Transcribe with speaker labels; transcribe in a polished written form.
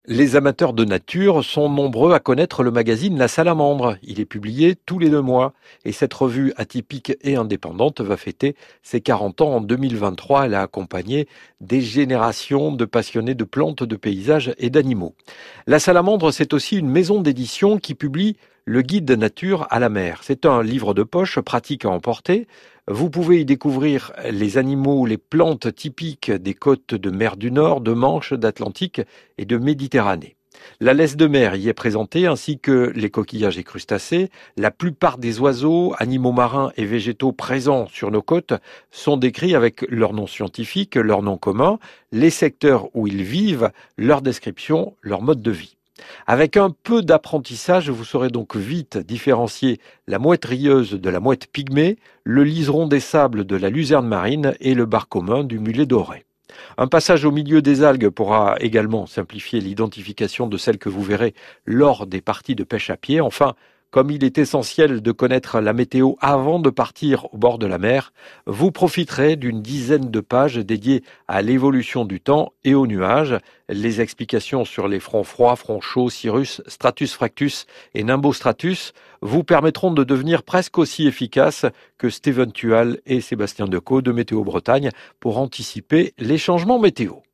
Speaker 1: Les amateurs de nature sont nombreux à connaître le magazine La Salamandre. Il est publié tous les 2 mois et cette revue atypique et indépendante va fêter ses 40 ans en 2023. Elle a accompagné des générations de passionnés de plantes, de paysages et d'animaux. La Salamandre, c'est aussi une maison d'édition qui publie le guide nature à la mer. C'est un livre de poche pratique à emporter. Vous pouvez y découvrir les animaux, les plantes typiques des côtes de mer du Nord, de Manche, d'Atlantique et de Méditerranée. La laisse de mer y est présentée, ainsi que les coquillages et crustacés. La plupart des oiseaux, animaux marins et végétaux présents sur nos côtes sont décrits avec leur nom scientifique, leur nom commun, les secteurs où ils vivent, leur description, leur mode de vie. Avec un peu d'apprentissage, vous saurez donc vite différencier la mouette rieuse de la mouette pygmée, le liseron des sables de la luzerne marine et le bar commun du mulet doré. Un passage au milieu des algues pourra également simplifier l'identification de celles que vous verrez lors des parties de pêche à pied. Enfin, comme il est essentiel de connaître la météo avant de partir au bord de la mer, vous profiterez d'une dizaine de pages dédiées à l'évolution du temps et aux nuages. Les explications sur les fronts froids, fronts chauds, cirrus, stratus fractus et nimbostratus vous permettront de devenir presque aussi efficace que Steven Tual et Sébastien Decaux de Météo Bretagne pour anticiper les changements météo.